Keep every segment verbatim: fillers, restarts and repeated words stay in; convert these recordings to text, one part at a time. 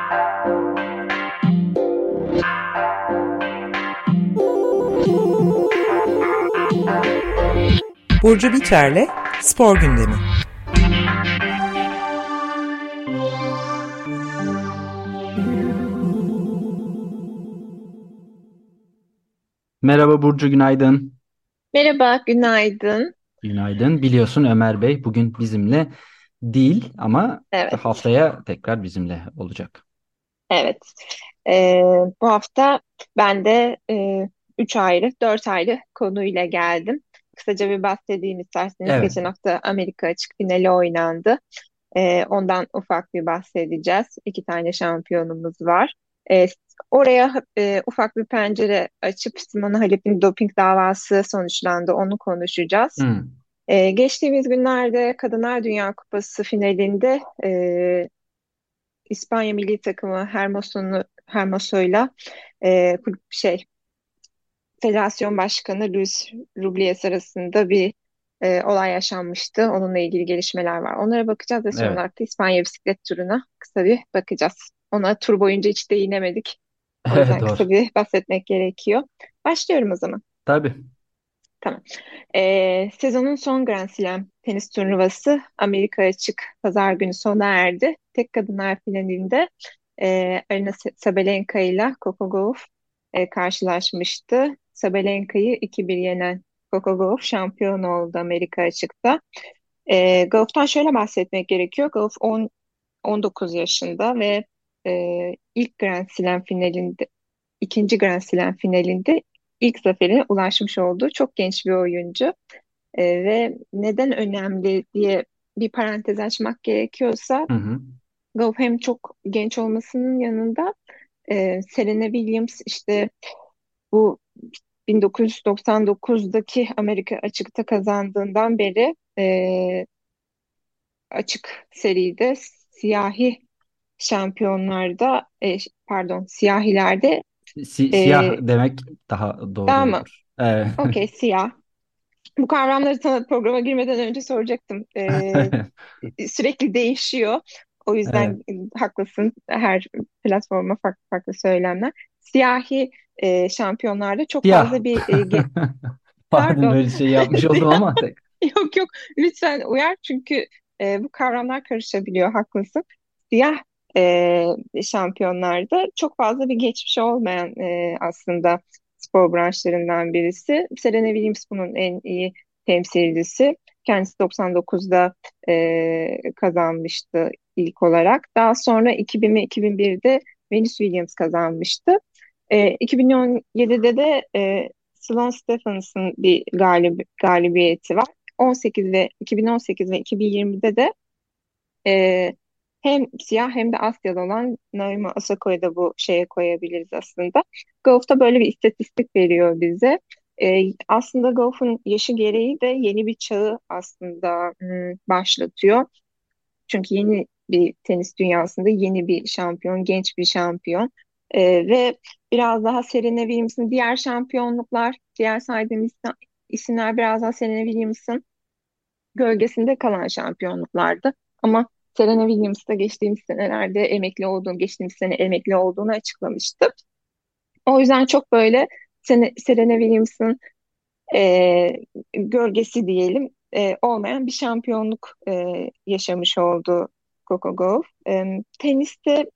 Burcu Biterle Spor Gündemi. Merhaba Burcu, günaydın. Merhaba, günaydın. Günaydın. Biliyorsun Ömer Bey bugün bizimle değil ama Evet, haftaya tekrar bizimle olacak. evet. Ee, Bu hafta ben de e, üç ayrı, dört ayrı konuyla geldim. Kısaca bir bahsedeyim isterseniz. Evet, Geçen hafta Amerika açık finali oynandı. Ee, ondan ufak bir bahsedeceğiz. İki tane şampiyonumuz var. Ee, Oraya e, ufak bir pencere açıp Simona Halep'in doping davası sonuçlandı. Onu konuşacağız. hmm, Ee, geçtiğimiz günlerde Kadınlar Dünya Kupası finalinde e, İspanya milli takımı Hermoso'nu Hermoso'yla e, kulüp- şey Federasyon Başkanı Luis Rubiales arasında bir e, olay yaşanmıştı. Onunla ilgili gelişmeler var. Onlara bakacağız ve son evet. olarak da İspanya bisiklet turuna kısa bir bakacağız. Ona tur boyunca hiç değinemedik. O yüzden Doğru. kısa bir bahsetmek gerekiyor. Başlıyorum o zaman. Tabii. Tamam. Ee, sezonun son Grand Slam tenis turnuvası Amerika açık pazar günü sona erdi. Tek kadınlar finalinde e, Aryna Sabalenka ile Coco Gauff e, karşılaşmıştı. Sabalenka'yı iki bir yenen Coco Gauff şampiyon oldu Amerika açıkta. E, Gauff'tan şöyle bahsetmek gerekiyor. Gauff on, on dokuz yaşında ve e, ilk Grand Slam finalinde ikinci Grand Slam finalinde ilk zaferine ulaşmış olduğu çok genç bir oyuncu. Ee, ve neden önemli diye bir parantez açmak gerekiyorsa Hı hı. Gauff hem çok genç olmasının yanında e, Serena Williams işte bu bin dokuz yüz doksan dokuzdaki Amerika açıkta kazandığından beri e, açık seride siyahi şampiyonlarda e, pardon siyahilerde Si- siyah e, demek daha doğru daha mı? olur. Evet. Okey, siyah. Bu kavramları sana programa girmeden önce soracaktım. Ee, sürekli değişiyor. O Evet. yüzden e, haklısın. Her platforma farklı farklı söylemler. Siyahi e, şampiyonlarda çok Siyah. fazla bir e, ge- Pardon, pardon. böyle şey yapmış oldum Siyah. ama tek. Yok yok, lütfen uyar çünkü e, bu kavramlar karışabiliyor. Haklısın. Siyah e, şampiyonlarda çok fazla bir geçmiş olmayan e, aslında spor branşlarından birisi. Serena Williams bunun en iyi temsilcisi. Kendisi doksan dokuzda e, kazanmıştı ilk olarak. Daha sonra iki bin ve iki bin birde Venus Williams kazanmıştı. E, iki bin on yedide de e, Sloane Stephens'ın bir galib galibiyeti var. on sekiz ve iki bin on sekiz ve iki bin yirmide de e, hem siyah hem de Asyalı olan Naomi Osaka'yı da bu şeye koyabiliriz aslında. Golf'ta böyle bir istatistik veriyor bize. E, aslında golf'un yaşı gereği de yeni bir çağı aslında hmm, başlatıyor. Çünkü yeni bir tenis dünyasında yeni bir şampiyon, genç bir şampiyon. Ee, ve biraz daha Serena Williams'ın diğer şampiyonluklar, diğer saydığım is- isimler biraz daha Serena Williams'ın gölgesinde kalan şampiyonluklardı. Ama Serena Williams da geçtiğimiz senelerde emekli olduğunu, geçtiğimiz sene emekli olduğunu açıklamıştı. O yüzden çok böyle Sene- Serena Williams'ın e, gölgesi diyelim e, olmayan bir şampiyonluk e, yaşamış oldu Coco Gauff. E, teniste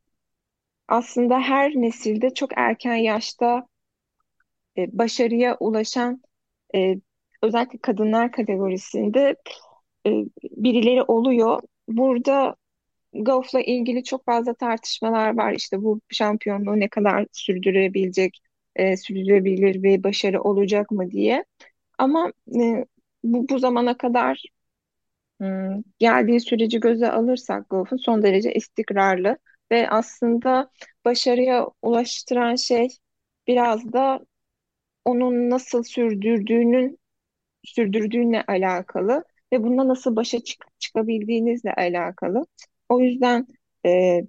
aslında her nesilde çok erken yaşta e, başarıya ulaşan e, özellikle kadınlar kategorisinde e, birileri oluyor. Burada Gauff'la ilgili çok fazla tartışmalar var. İşte bu şampiyonluğu ne kadar sürdürebilecek, e, sürdürebilir ve başarı olacak mı diye. Ama e, bu, bu zamana kadar hmm, geldiği süreci göze alırsak Goff'un son derece istikrarlı ve aslında başarıya ulaştıran şey biraz da onun nasıl sürdürdüğünün sürdürdüğünle alakalı ve bununla nasıl başa çık çıkabildiğinizle alakalı. O yüzden e,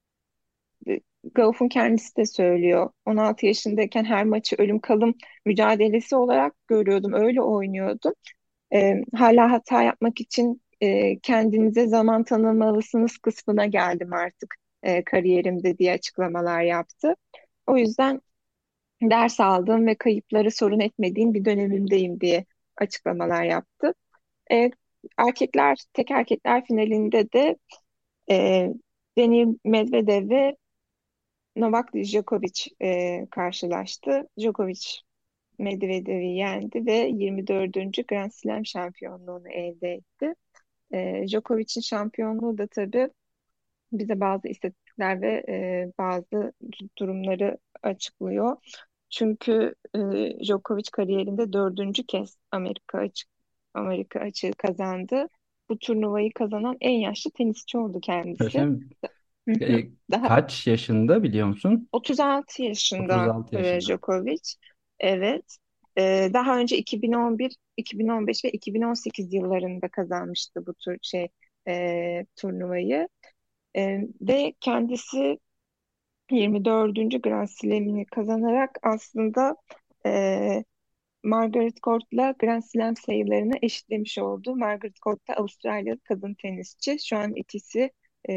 Goff'un kendisi de söylüyor. on altı yaşındayken her maçı ölüm kalım mücadelesi olarak görüyordum, öyle oynuyordum. E, hala hata yapmak için e, kendinize zaman tanımalısınız kısmına geldim artık e, kariyerimde diye açıklamalar yaptı. O yüzden ders aldığım ve kayıpları sorun etmediğim bir dönemimdeyim diye açıklamalar yaptı. E, erkekler, tek erkekler finalinde de e, Daniil Medvedev ve Novak Djokovic e, karşılaştı. Djokovic Medvedev'i yendi ve yirmi dördüncü Grand Slam şampiyonluğunu elde etti. E, Djokovic'in şampiyonluğu da tabii bize bazı istatistikler ve e, bazı durumları açıklıyor. Çünkü e, Djokovic kariyerinde dördüncü kez Amerika açık Amerika açığı kazandı. Bu turnuvayı kazanan en yaşlı tenisçi oldu kendisi. Şimdi, Hı hı. e, Daha kaç yaşında biliyor musun? otuz altı yaşında otuz altı e, yaşında. Djokovic. Evet. E, daha önce iki bin on bir, iki bin on beş ve iki bin on sekiz yıllarında kazanmıştı bu tür şey e, turnuvayı. E, ve kendisi yirmi dördüncü Grand Slam'ini kazanarak aslında e, Margaret Court'la Grand Slam sayılarını eşitlemiş oldu. Margaret Court da Avustralyalı kadın tenisçi. Şu an ikisi e,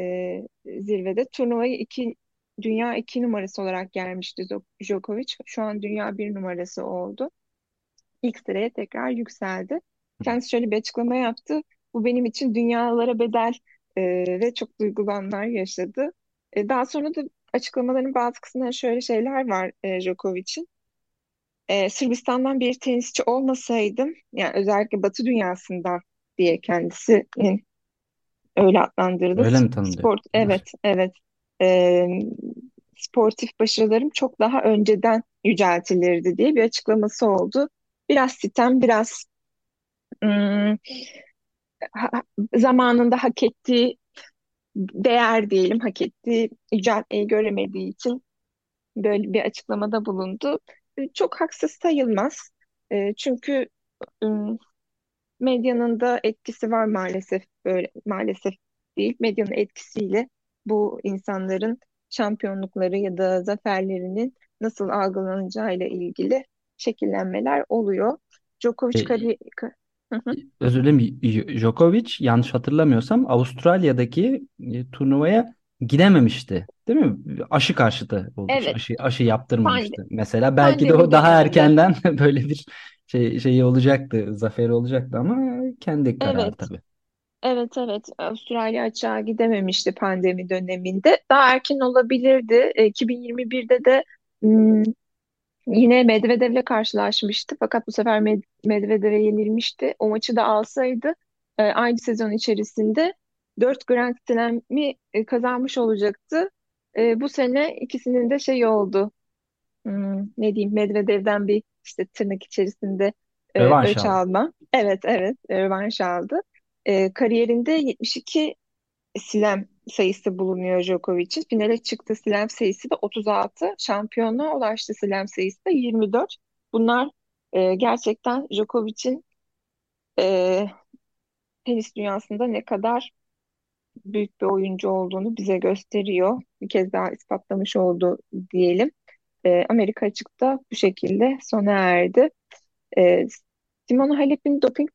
zirvede. Turnuvayı iki, dünya iki numarası olarak gelmişti Zo- Djokovic. Şu an dünya bir numarası oldu. İlk sıraya tekrar yükseldi. Kendisi şöyle bir açıklama yaptı. Bu benim için dünyalara bedel e, ve çok duygulu anlar yaşadı. E, daha sonra da açıklamaların bazı kısımlarında şöyle şeyler var e, Djokovic'in. E, Sırbistan'dan bir tenisçi olmasaydım, yani özellikle Batı dünyasından diye kendisi öyle adlandırdı. Öyle S- mi tanımlıyor? Sport, evet, evet. E, sportif başarılarım çok daha önceden yüceltilirdi diye bir açıklaması oldu. Biraz sitem, biraz ım, ha- zamanında hak ettiği değer diyelim, hak ettiği yüceltmeyi göremediği için böyle bir açıklamada bulundu. E, Çok haksız sayılmaz. E, çünkü ım, medyanın da etkisi var maalesef, böyle maalesef değil, medyanın etkisiyle bu insanların şampiyonlukları ya da zaferlerinin nasıl algılanacağıyla ilgili şekillenmeler oluyor. Djokovic E, kari ka- Hı hı. Özür dilerim. J- Djokovic yanlış hatırlamıyorsam Avustralya'daki e, turnuvaya gidememişti. Değil mi? Aşı karşıtı olduğu için Evet, aşı aşı pand yaptırmamıştı. Mesela belki de o pandemi daha döneminde. erkenden böyle bir şey şeyi olacaktı, zaferi olacaktı ama kendi kararı Evet, tabii. evet, evet. Avustralya açığa gidememişti pandemi döneminde. Daha erken olabilirdi. E, iki bin yirmi birde de hmm, yine Medvedev'le karşılaşmıştı. Fakat bu sefer Med Medvedev'e yenilmişti. O maçı da alsaydı e, aynı sezon içerisinde dört Grand Slam'i e, kazanmış olacaktı. E, bu sene ikisinin de şey oldu. Hmm, ne diyeyim, Medvedev'den bir işte tırnak içerisinde e, Rövanş öç aldı. alma. Evet, evet, e, rövanş aldı. E, kariyerinde yetmiş iki slam sayısı bulunuyor Djokovic'in. Finale çıktı slam sayısı da otuz altı. Şampiyonluğa ulaştı slam sayısı da yirmi dört. Bunlar e, gerçekten Djokovic'in e, tenis dünyasında ne kadar büyük bir oyuncu olduğunu bize gösteriyor. Bir kez daha ispatlamış oldu diyelim. E, Amerika açıkta bu şekilde sona erdi. E, Simona Halep'in doping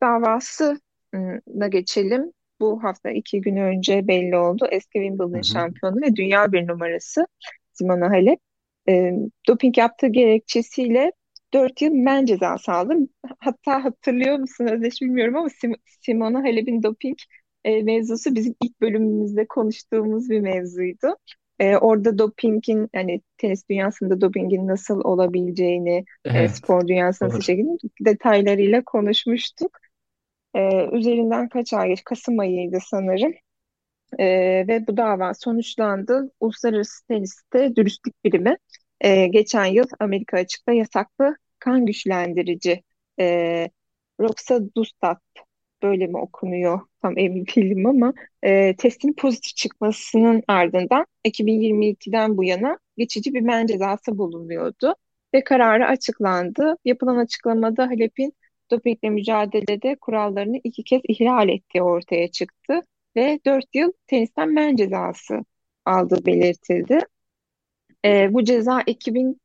davasına geçelim. Bu hafta iki gün önce belli oldu. Eski Hı Wimbledon hı. şampiyonu ve dünya bir numarası Simona Halep. E, doping yaptığı gerekçesiyle dört yıl men cezası aldı. Hatta hatırlıyor musun Özdeş bilmiyorum ama Sim- Simona Halep'in doping e, mevzusu bizim ilk bölümümüzde konuştuğumuz bir mevzuydu. E, orada dopingin, hani tenis dünyasında dopingin nasıl olabileceğini, e, Evet. spor dünyasının nasıl Doğru. şekilde detaylarıyla konuşmuştuk. E, üzerinden kaç ay geç? Kasım ayıydı sanırım. E, ve bu dava sonuçlandı. Uluslararası Teniste Dürüstlük Birimi e, geçen yıl Amerika açıkta yasaklı kan güçlendirici e, roxadustat, böyle mi okunuyor tam emin değilim ama e, testin pozitif çıkmasının ardından iki bin yirmi ikiden bu yana geçici bir men cezası bulunuyordu ve kararı açıklandı. Yapılan açıklamada Halep'in dopingle mücadelede kurallarını iki kez ihlal ettiği ortaya çıktı ve dört yıl tenisten men cezası aldığı belirtildi. E, bu ceza Ekim,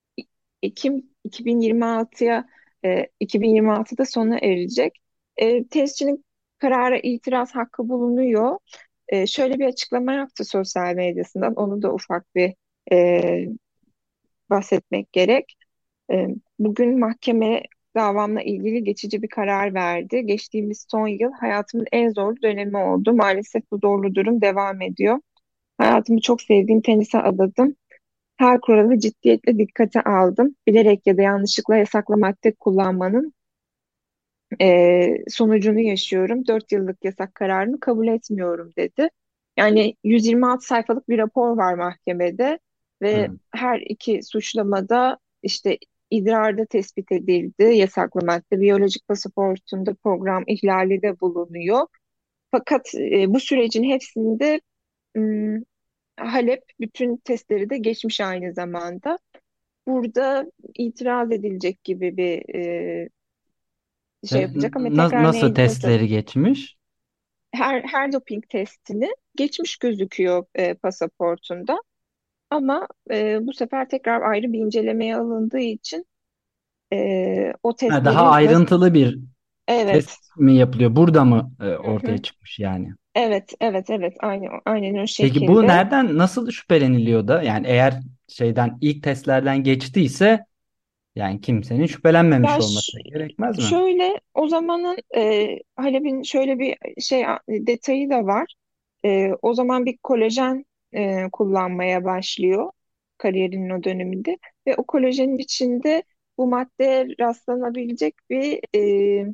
Ekim iki bin yirmi altıya e, iki bin yirmi altıda sona erecek. E, tenisçinin karara itiraz hakkı bulunuyor. e, şöyle bir açıklama yaptı sosyal medyasından. Onu da ufak bir e, bahsetmek gerek. E, Bugün mahkeme davamla ilgili geçici bir karar verdi. Geçtiğimiz son yıl hayatımın en zorlu dönemi oldu. Maalesef bu zorlu durum devam ediyor. Hayatımı çok sevdiğim tenise adadım. Her kuralı ciddiyetle dikkate aldım. Bilerek ya da yanlışlıkla yasaklı madde kullanmanın e, sonucunu yaşıyorum. Dört yıllık yasak kararını kabul etmiyorum dedi. Yani yüz yirmi altı sayfalık bir rapor var mahkemede ve Hı. her iki suçlamada işte idrarda tespit edildi yasaklı madde, biyolojik pasaportunda program ihlali de bulunuyor. Fakat e, bu sürecin hepsinde m, Halep bütün testleri de geçmiş aynı zamanda. Burada itiraz edilecek gibi bir e, şey Ve yapacak ama na- tekrar nasıl neyi nasıl testleri geçmiş? her her doping testini geçmiş gözüküyor e, pasaportunda ama e, bu sefer tekrar ayrı bir incelemeye alındığı için e, o Ha, daha testlerin nasıl ayrıntılı bir test evet. mi yapılıyor? Burada mı e, Hı ortaya hı. çıkmış yani? Evet, evet, evet, aynı aynen o Peki bu şekilde. nereden nasıl şüpheleniliyor da? Yani eğer şeyden ilk testlerden geçtiyse yani kimsenin şüphelenmemiş Ya ş- olması gerekmez mi? Şöyle o zamanın e, Halep'in şöyle bir şey detayı da var. E, o zaman bir kolajen e, kullanmaya başlıyor kariyerinin o döneminde ve o kolajenin içinde bu maddeye rastlanabilecek bir e,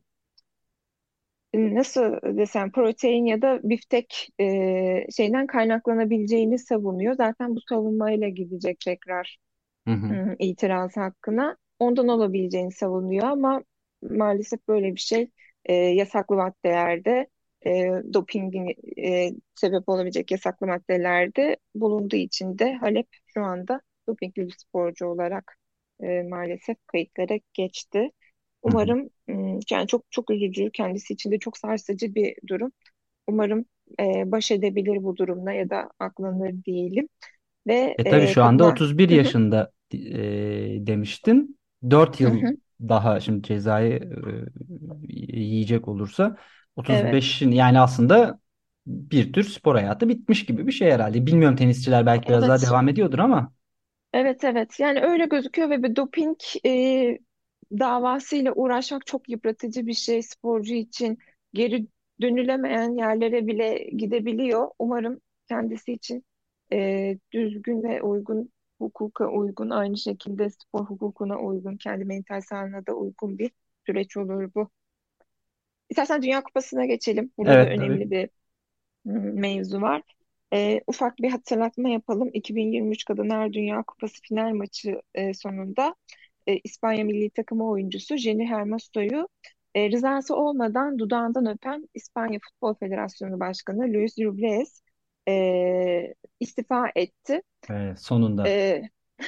nasıl desem protein ya da biftek e, şeyden kaynaklanabileceğini savunuyor. Zaten bu savunmayla gidecek tekrar Hı hı. hı, itiraz hakkına ondan olabileceğini savunuyor ama maalesef böyle bir şey e, yasaklı maddelerde e, dopingin e, sebep olabilecek yasaklı maddelerde bulunduğu için de Halep şu anda dopingli bir sporcu olarak e, maalesef kayıtlara geçti. Hı hı. Umarım m, yani çok çok üzücü, kendisi için de çok sarsıcı bir durum. Umarım e, baş edebilir bu durumla ya da aklanır diyelim ve E tabii e, şu anda kadına otuz bir Hı hı, yaşında e, demiştin. Dört hı yıl hı. daha şimdi cezayı e, yiyecek olursa Evet. otuz beşin yani aslında bir tür spor hayatı bitmiş gibi bir şey herhalde. Bilmiyorum, tenisçiler belki biraz daha Evet. devam ediyordur ama. Evet, evet. Yani öyle gözüküyor ve bir doping e, davasıyla uğraşmak çok yıpratıcı bir şey sporcu için. Geri dönülemeyen yerlere bile gidebiliyor. Umarım kendisi için e, düzgün ve uygun, hukuka uygun, aynı şekilde spor hukukuna uygun, kendi mental sağlığına da uygun bir süreç olur bu. İstersen Dünya Kupası'na geçelim. Burada da Evet tabii. önemli bir m, mevzu var. Ee, ufak bir hatırlatma yapalım. iki bin yirmi üç Kadınlar Dünya Kupası final maçı e, sonunda e, İspanya milli takımı oyuncusu Jenny Hermoso'yu e, rızası olmadan dudağından öpen İspanya Futbol Federasyonu Başkanı Luis Rubiales e, istifa etti. E, sonunda. E,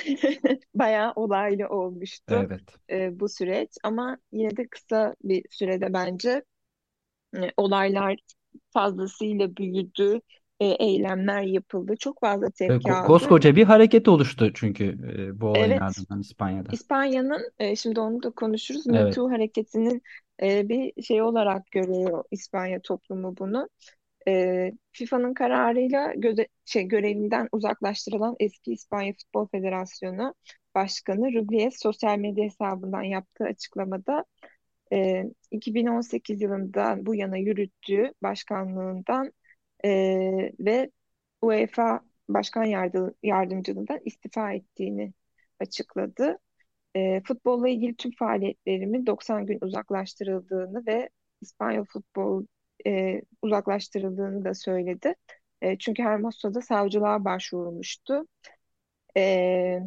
Bayağı olaylı olmuştu Evet. e, bu süreç ama yine de kısa bir sürede bence e, olaylar fazlasıyla büyüdü, e, eylemler yapıldı, çok fazla E, tepki ko- aldı. koskoca bir hareket oluştu çünkü e, bu olayın Evet, ardından İspanya'da. İspanya'nın e, şimdi onu da konuşuruz. Me Evet. Too hareketinin e, bir şey olarak görüyor İspanya toplumu bunu. E, FIFA'nın kararıyla göze, şey, görevinden uzaklaştırılan eski İspanya Futbol Federasyonu Başkanı Rubiales sosyal medya hesabından yaptığı açıklamada e, iki bin on sekiz yılından bu yana yürüttüğü başkanlığından e, ve UEFA Başkan Yardı- Yardımcılığından istifa ettiğini açıkladı. E, futbolla ilgili tüm faaliyetlerimin doksan gün uzaklaştırıldığını ve İspanya futbol e, uzaklaştırıldığını da söyledi. E, çünkü Hermoso'da savcılığa başvurmuştu. E,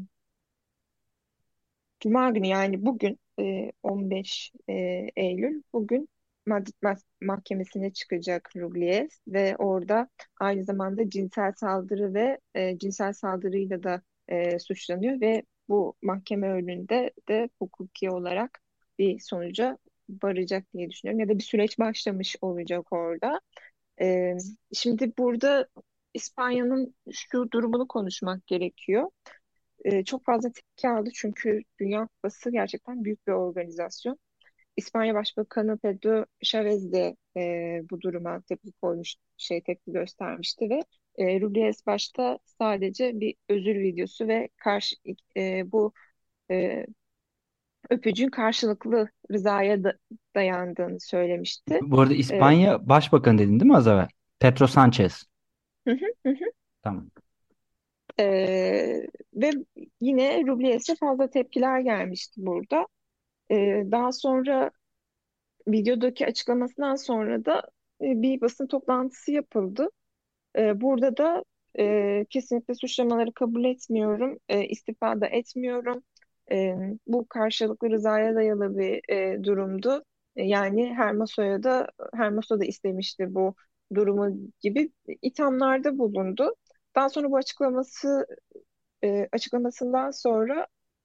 Cuma günü yani bugün e, on beş e, Eylül bugün Madrid Mas- Mahkemesi'ne çıkacak Rublies ve orada aynı zamanda cinsel saldırı ve e, cinsel saldırıyla da e, suçlanıyor ve bu mahkeme önünde de hukuki olarak bir sonuca varacak diye düşünüyorum ya da bir süreç başlamış olacak orada. E, Şimdi burada İspanya'nın şu durumunu konuşmak gerekiyor. E, çok fazla tepki aldı çünkü Dünya Kupası gerçekten büyük bir organizasyon. İspanya Başbakanı Pedro Chavez de e, bu duruma tepki koymuş, şey tepki göstermişti ve e, Rubiales başta sadece bir özür videosu ve karşı e, bu e, öpücüğün karşılıklı rızaya da- dayandığını söylemişti. Bu arada E, İspanya Başbakanı dedin değil mi az evvel? Pedro Sanchez. hı hı, hı hı. Tamam. E, Ve yine Rubiales'e fazla tepkiler gelmişti burada. E, daha sonra videodaki açıklamasından sonra da e, bir basın toplantısı yapıldı. E, burada da e, kesinlikle suçlamaları kabul etmiyorum, e, istifa da etmiyorum. E, Bu karşılıklı rızaya dayalı bir e, durumdu. E, yani Hermoso'ya da Hermoso da istemişti bu durumu gibi ithamlarda bulundu. Daha sonra bu açıklaması e, açıklamasından sonra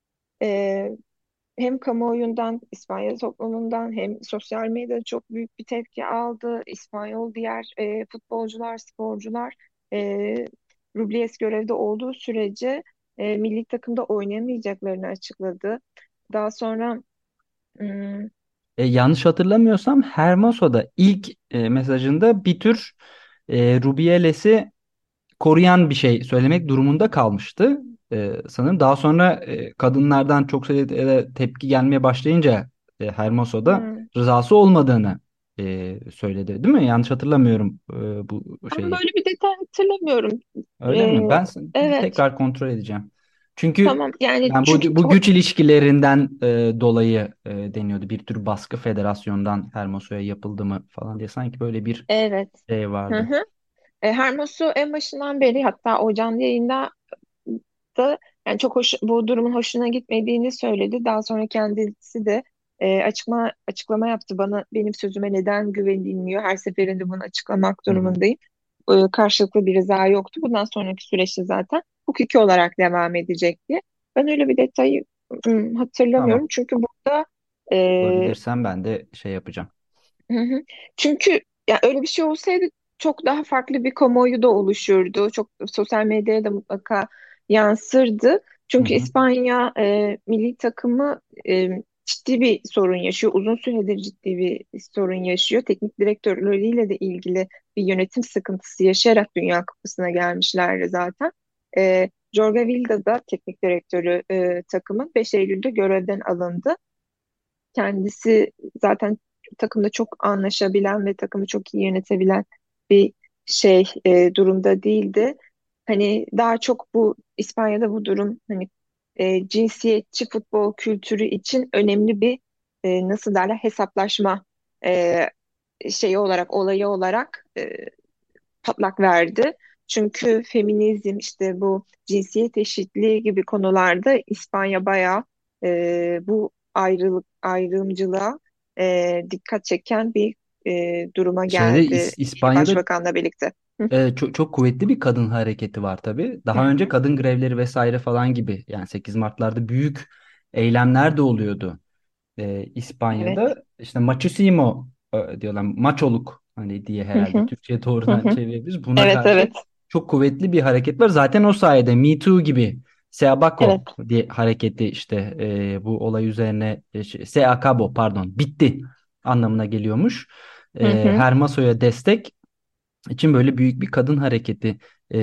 e, hem kamuoyundan, İspanya toplumundan hem sosyal medyada çok büyük bir tepki aldı. İspanyol diğer e, futbolcular, sporcular e, Rubiales görevde olduğu sürece e, milli takımda oynayamayacaklarını açıkladı. Daha sonra hmm, E, yanlış hatırlamıyorsam Hermoso ilk e, mesajında bir tür e, Rubiales'i koruyan bir şey söylemek durumunda kalmıştı. E, sanırım daha sonra e, kadınlardan çok sayıda tepki gelmeye başlayınca e, Hermoso hmm, rızası olmadığını e, söyledi, değil mi? Yanlış hatırlamıyorum e, bu ben şeyi. böyle bir detay hatırlamıyorum. Öyle E, mi? Ben s- bir evet, tekrar kontrol edeceğim. Çünkü tamam. Yani yani bu çünkü bu to- güç ilişkilerinden e, dolayı e, deniyordu. Bir tür baskı federasyondan Hermoso'ya yapıldı mı falan diye sanki böyle bir evet. şey Hı vardı. hı. E, Hermoso en başından beri, hatta o canlı yayında da yani çok hoş, bu durumun hoşuna gitmediğini söyledi. Daha sonra kendisi de e, açıklama açıklama yaptı. Bana, benim sözüme neden güvenilmiyor? Her seferinde bunu açıklamak Hı hı. durumundayım. E, karşılıklı bir rıza yoktu. Bundan sonraki süreçte zaten hukuki olarak devam edecek diye. Ben öyle bir detayı ım, hatırlamıyorum. Tamam. Çünkü burada e, Bulabilirsem ben de şey yapacağım. hı hı. Çünkü ya öyle bir şey olsaydı çok daha farklı bir kamuoyu da oluşurdu. Çok sosyal medyaya da mutlaka yansırdı. Hı Çünkü hı. İspanya e, milli takımı e, ciddi bir sorun yaşıyor. Uzun süredir ciddi bir sorun yaşıyor. Teknik direktörleriyle de ilgili bir yönetim sıkıntısı yaşayarak Dünya Kupası'na gelmişlerdi zaten. E, Jorge Vilda da teknik direktörü e, takımın beş Eylül'de görevden alındı. Kendisi zaten takımda çok anlaşabilen ve takımı çok iyi yönetebilen bir şey e, durumda değildi. Hani daha çok bu İspanya'da bu durum hani e, cinsiyetçi futbol kültürü için önemli bir e, nasıl derler hesaplaşma e, şeyi olarak olayı olarak e, patlak verdi. Çünkü feminizm işte bu cinsiyet eşitliği gibi konularda İspanya bayağı e, bu ayrılık ayrımcılığa e, dikkat çeken bir e, duruma Şeyde geldi İs- İspanya'da başbakanla birlikte. Hı e, çok, çok kuvvetli bir kadın hareketi var tabii. hı Daha önce hı. kadın grevleri vesaire falan gibi yani sekiz Mart'larda büyük eylemler de oluyordu. e, Evet. İspanya'da işte machismo e, diyorlar. Maçoluk hani diye Hı herhalde hı. Türkçe'ye Hı doğrudan hı. çevirebiliriz. Buna Evet, karşı evet. çok kuvvetli bir hareket var. Zaten o sayede Me Too gibi Se Evet. Abaco diye hareketi işte e, bu olay üzerine e, şey, Se acabó pardon bitti anlamına geliyormuş. Hı E, hı. Hermoso'ya destek için böyle büyük bir kadın hareketi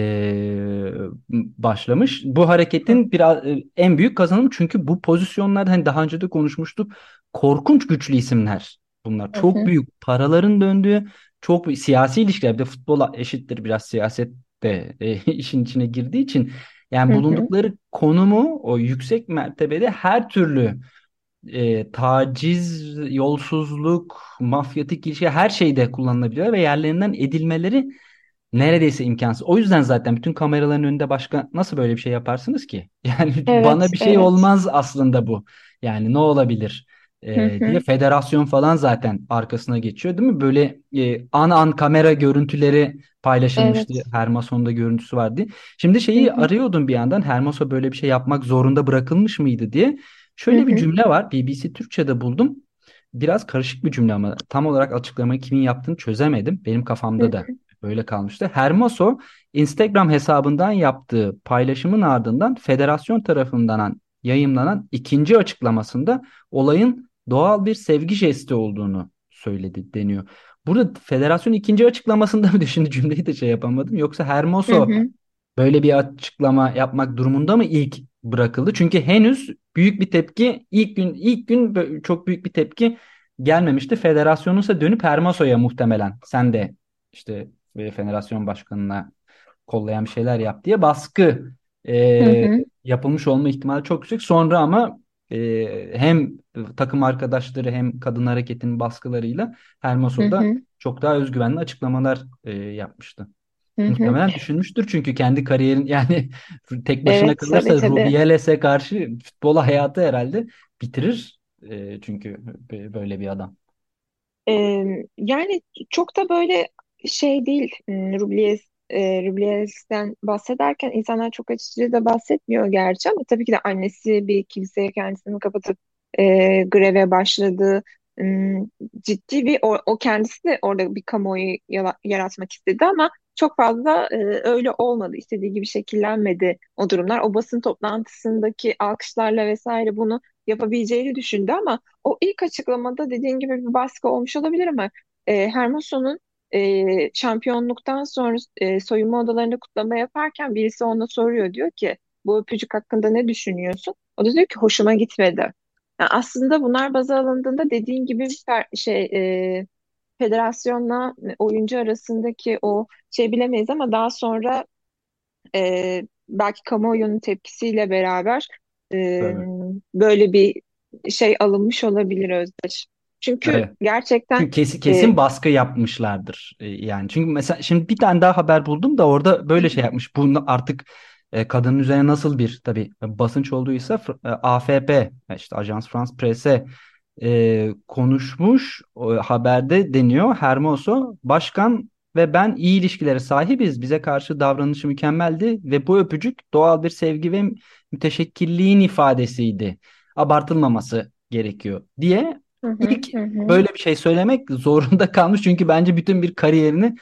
e, başlamış. Bu Hı hareketin biraz e, en büyük kazanımı çünkü bu pozisyonlarda hani daha önce de konuşmuştuk. Korkunç güçlü isimler bunlar. hı. Çok Hı büyük paraların döndüğü, çok büyük siyasi ilişkiler. Bir de futbola eşittir biraz siyaset de e, işin içine girdiği için yani hı. Hı. bulundukları konumu o yüksek mertebede her türlü e, taciz, yolsuzluk, mafyatik ilişki her şeyde kullanılabiliyor ve yerlerinden edilmeleri neredeyse imkansız. O yüzden zaten bütün kameraların önünde başka nasıl böyle bir şey yaparsınız ki? Yani bana Evet, bir şey evet. olmaz aslında bu. Yani ne olabilir Hı e, diye hı. federasyon falan zaten arkasına geçiyor değil mi? Böyle e, an an kamera görüntüleri paylaşılmıştı. Evet. Hermason'da görüntüsü vardı. Şimdi Hı şeyi hı. arıyordum bir yandan. Hermoso böyle bir şey yapmak zorunda bırakılmış mıydı diye. Hı Şöyle bir hı. cümle var. B B C Türkçe'de buldum. Biraz karışık bir cümle ama tam olarak açıklamayı kimin yaptığını çözemedim. Benim Hı kafamda da hı. böyle kalmıştı. Hermoso Instagram hesabından yaptığı paylaşımın ardından federasyon tarafından yayımlanan ikinci açıklamasında olayın doğal bir sevgi jesti olduğunu söyledi deniyor. Burada federasyon ikinci açıklamasında mı şimdi cümleyi de şey yapamadım. Yoksa Hı Hermoso hı, böyle bir açıklama yapmak durumunda mı ilk bırakıldı? Çünkü henüz büyük bir tepki ilk gün ilk gün bö- çok büyük bir tepki gelmemişti. Federasyonun ise dönüp Hermoso'ya muhtemelen sen de işte e, federasyon başkanına kollayan bir şeyler yap diye baskı hı e, hı, yapılmış olma ihtimali çok yüksek. Sonra ama e, hem takım arkadaşları hem kadın hareketinin baskılarıyla hı Hermoso da hı, çok daha özgüvenli açıklamalar e, yapmıştı. hı hı. Muhtemelen düşünmüştür çünkü kendi kariyerin yani tek başına Evet, tabii kalırsa tabii. Rubiales'e karşı futbol hayatı herhalde bitirir. E, çünkü böyle bir adam. Ee, Yani çok da böyle şey değil. Hmm, Rublies, e, Rublies'ten bahsederken insanlar çok açıkça da bahsetmiyor gerçi, ama tabii ki de annesi bir kiliseye kendisini kapatıp e, greve başladı. Hmm, ciddi bir o, o kendisi de orada bir kamuoyu yala- yaratmak istedi, ama çok fazla e, öyle olmadı. İstediği gibi şekillenmedi o durumlar. O basın toplantısındaki alkışlarla vesaire bunu yapabileceğini düşündü, ama o ilk açıklamada dediğin gibi bir baskı olmuş olabilir, ama e, Hermoso'nun e, şampiyonluktan sonra e, soyunma odalarında kutlama yaparken birisi ona soruyor, diyor ki bu öpücük hakkında ne düşünüyorsun? O da diyor ki hoşuma gitmedi. Yani aslında bunlar baza alındığında dediğin gibi bir fer- şey e, federasyonla oyuncu arasındaki o şey bilemeyiz, ama daha sonra e, belki kamuoyunun tepkisiyle beraber e, Tabii. böyle bir şey alınmış olabilir Özdeş. Çünkü Evet. gerçekten Çünkü kesin, e, kesin baskı yapmışlardır. E, yani çünkü mesela şimdi bir tane daha haber buldum da orada böyle şey yapmış. Bunu artık e, kadının üzerine nasıl bir tabii basınç olduysa Fr- e, A F P e, işte Ajans France Presse e, konuşmuş. O, haberde deniyor. Hermoso başkan ve ben iyi ilişkilere sahibiz. Bize karşı davranışı mükemmeldi ve bu öpücük doğal bir sevgi ve müteşekkirliğin ifadesiydi. Abartılmaması gerekiyor diye hı hı, ilk hı hı, böyle bir şey söylemek zorunda kalmış. Çünkü bence bütün bir kariyerini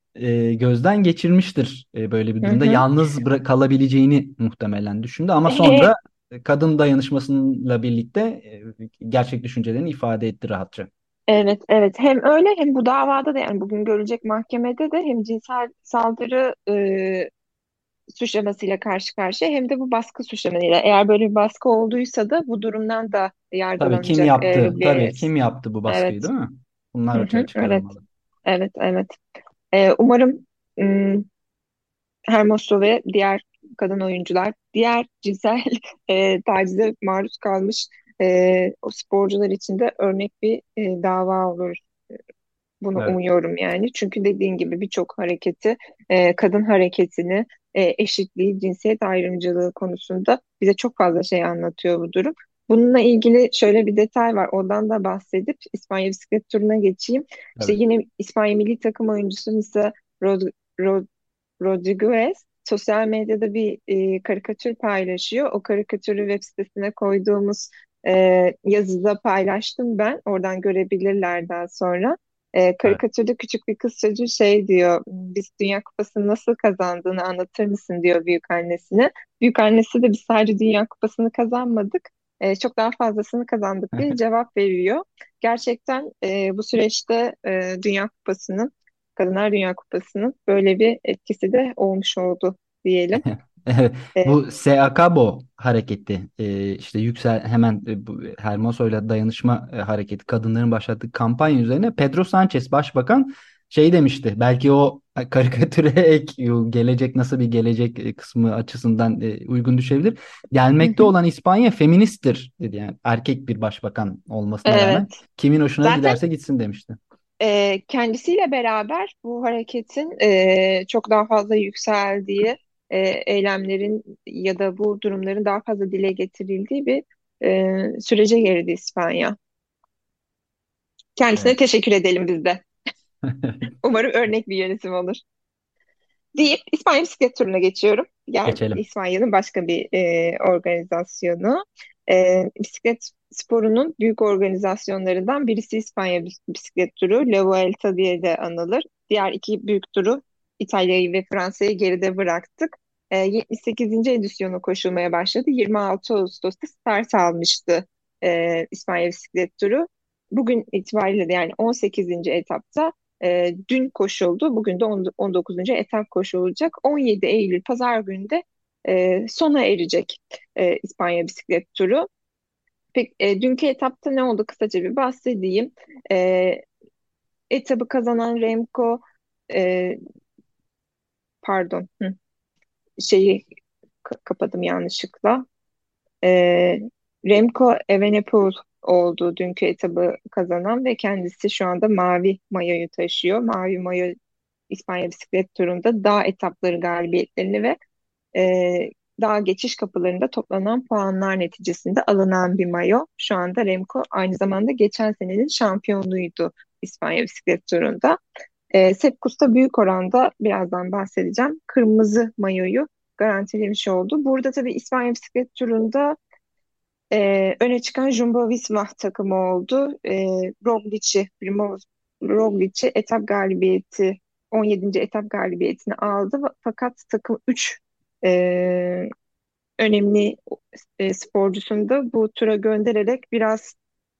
e, gözden geçirmiştir e, böyle bir hı durumda. hı. Yalnız bıra- kalabileceğini muhtemelen düşündü. Ama He, sonra e, kadın dayanışmasıyla birlikte e, gerçek düşüncelerini ifade etti rahatça. evet, evet, hem öyle hem bu davada da, yani bugün görülecek mahkemede de hem cinsel saldırı e, suçlamasıyla karşı karşıya, hem de bu baskı suçlamasıyla. Eğer böyle bir baskı olduysa da bu durumdan da Tabii kim yargılanacak e, yaptı? Tabii Rubiales. kim yaptı bu baskıyı, Evet. değil mi? Bunlar Hı açığa hı, evet. çıkarılmalı. Evet, evet. Ee, umarım ım, Hermoso ve diğer kadın oyuncular, diğer cinsel e, tacize maruz kalmış e, o sporcular için de örnek bir e, dava olur. Bunu Evet. umuyorum yani. Çünkü dediğin gibi birçok hareketi, e, kadın hareketini, e, eşitliği, cinsiyet ayrımcılığı konusunda bize çok fazla şey anlatıyor bu durum. Bununla ilgili şöyle bir detay var. Ondan da bahsedip İspanya bisiklet turuna geçeyim. İşte Evet. yine İspanya milli takım oyuncusu Misa Rod Rod Rodriguez sosyal medyada bir e, karikatür paylaşıyor. O karikatürü web sitesine koyduğumuz e, yazıda paylaştım ben. Oradan görebilirler daha sonra. E, Evet. karikatürde küçük bir kız çocuğu şey diyor. Biz Dünya Kupası'nı nasıl kazandığını anlatır mısın diyor büyük annesine. Büyük annesi de biz sadece Dünya Kupası'nı kazanmadık, e, çok daha fazlasını kazandık diye cevap veriyor. Gerçekten e, bu süreçte e, Dünya Kupası'nın Kadınlar Dünya Kupası'nın böyle bir etkisi de olmuş oldu diyelim. Evet, E, bu Seakabo hareketi e, işte yüksel hemen e, bu Hermoso'yla dayanışma e, hareketi kadınların başlattığı kampanya üzerine Pedro Sanchez Başbakan şey demişti. Belki o karikatüre ek o gelecek nasıl bir gelecek e, kısmı açısından e, uygun düşebilir. hı Gelmekte hı. olan İspanya feministtir dedi, yani erkek bir başbakan olmasına rağmen Evet. kimin hoşuna Zaten giderse gitsin demişti. e, kendisiyle beraber bu hareketin e, çok daha fazla yükseldiği, e, eylemlerin ya da bu durumların daha fazla dile getirildiği bir e, sürece girdi İspanya. Kendisine Evet. teşekkür edelim biz de. Umarım örnek bir yönetim olur. Deyip İspanya bisiklet turuna geçiyorum. Diğer Geçelim. İspanya'nın başka bir e, organizasyonu. E, bisiklet sporunun büyük organizasyonlarından birisi İspanya bis- bisiklet turu. La Vuelta diye de anılır. Diğer iki büyük turu İtalya'yı ve Fransa'yı geride bıraktık. E, yetmiş sekizinci edisyonu koşulmaya başladı. yirmi altı Ağustos'ta start almıştı e, İspanya bisiklet turu. Bugün itibariyle de yani on sekizinci etapta e, dün koşuldu. Bugün de on dokuzuncu etap koşulacak. on yedi Eylül Pazar günü de e, sona erecek e, İspanya bisiklet turu. Peki e, dünkü etapta ne oldu? Kısaca bir bahsedeyim. E, Etabı kazanan Remco, e, pardon, hı, şeyi ka- kapadım yanlışlıkla. E, Remco Evenepoel oldu dünkü etabı kazanan ve kendisi şu anda mavi mayoyu taşıyor. Mavi mayo İspanya bisiklet turunda dağ etapları galibiyetlerini ve e, dağ geçiş kapılarında toplanan puanlar neticesinde alınan bir mayo. Şu anda Remco aynı zamanda geçen senenin şampiyonuydu İspanya bisiklet turunda. E, Sepkus'ta büyük oranda birazdan bahsedeceğim. Kırmızı mayoyu garantilemiş oldu. Burada tabii İspanya bisiklet turunda e, öne çıkan Jumbo-Visma takımı oldu. E, Roglic'i, Primoz Roglic'i etap galibiyeti, on yedinci etap galibiyetini aldı. Fakat takım üç önemli e, sporcusunu da bu tura göndererek biraz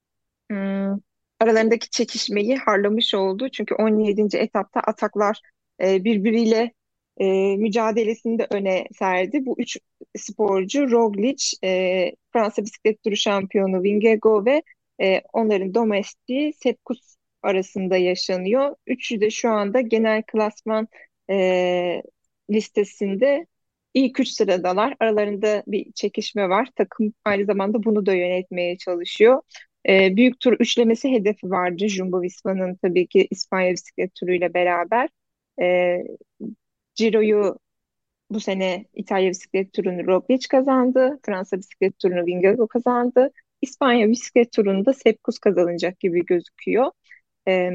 Hmm, aralarındaki çekişmeyi harlamış oldu. Çünkü on yedinci etapta ataklar e, birbiriyle e, mücadelesini de öne serdi. Bu üç sporcu Roglic, e, Fransa bisiklet turu şampiyonu Vingegaard ve e, onların domestiği Sepkus arasında yaşanıyor. Üçü de şu anda genel klasman e, listesinde ilk üç sıradalar. Aralarında bir çekişme var. Takım aynı zamanda bunu da yönetmeye çalışıyor. E, büyük tur üçlemesi hedefi vardı Jumbo-Visma'nın tabii ki İspanya bisiklet turuyla beraber. E, Ciro'yu bu sene İtalya bisiklet turunu Roglic kazandı. Fransa bisiklet turunu Vingegaard kazandı. İspanya bisiklet turunu da Sepkus kazanacak gibi gözüküyor. E,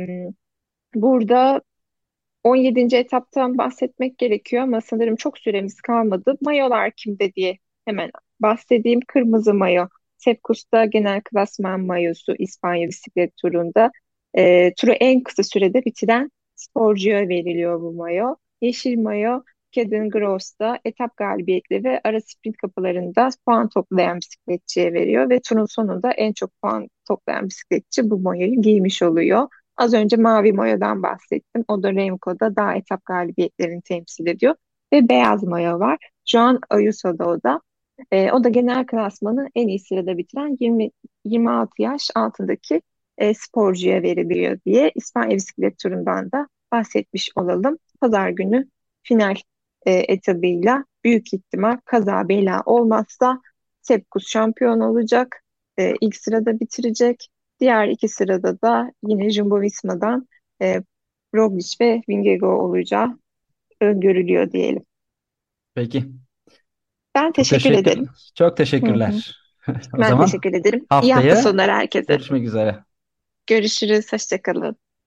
burada on yedinci etaptan bahsetmek gerekiyor ama sanırım çok süremiz kalmadı. Mayolar kimde diye hemen bahsedeyim. Kırmızı mayo. Sepkus'ta genel klasman mayosu İspanya bisiklet turunda. E, turu en kısa sürede bitiren sporcuya veriliyor bu mayo. Yeşil mayo Caden Gross'ta etap galibiyetli ve ara sprint kapılarında puan toplayan bisikletçiye veriyor ve turun sonunda en çok puan toplayan bisikletçi bu mayoyu giymiş oluyor. Az önce Mavi Mayo'dan bahsettim. O da Remco'da dağ etap galibiyetlerini temsil ediyor. Ve Beyaz Mayo var. Juan Ayuso'da o da. Ee, o da genel klasmanı en iyi sırada bitiren yirmi, yirmi altı yaş altındaki e, sporcuya veriliyor diye İspanya bisiklet turundan da bahsetmiş olalım. Pazar günü final e, etabıyla büyük ihtimal kaza bela olmazsa Sepkus şampiyon olacak. E, ilk sırada bitirecek. Diğer iki sırada da yine Jumbo-Visma'dan e, Roglic ve Vingegaard olacağı öngörülüyor diyelim. Peki. Ben Çok teşekkür teşekkür ederim. çok Hı hı. teşekkürler. O Ben zaman teşekkür ederim. İyi hafta haftaya sonları herkese. görüşmek üzere. Görüşürüz. Hoşça kalın.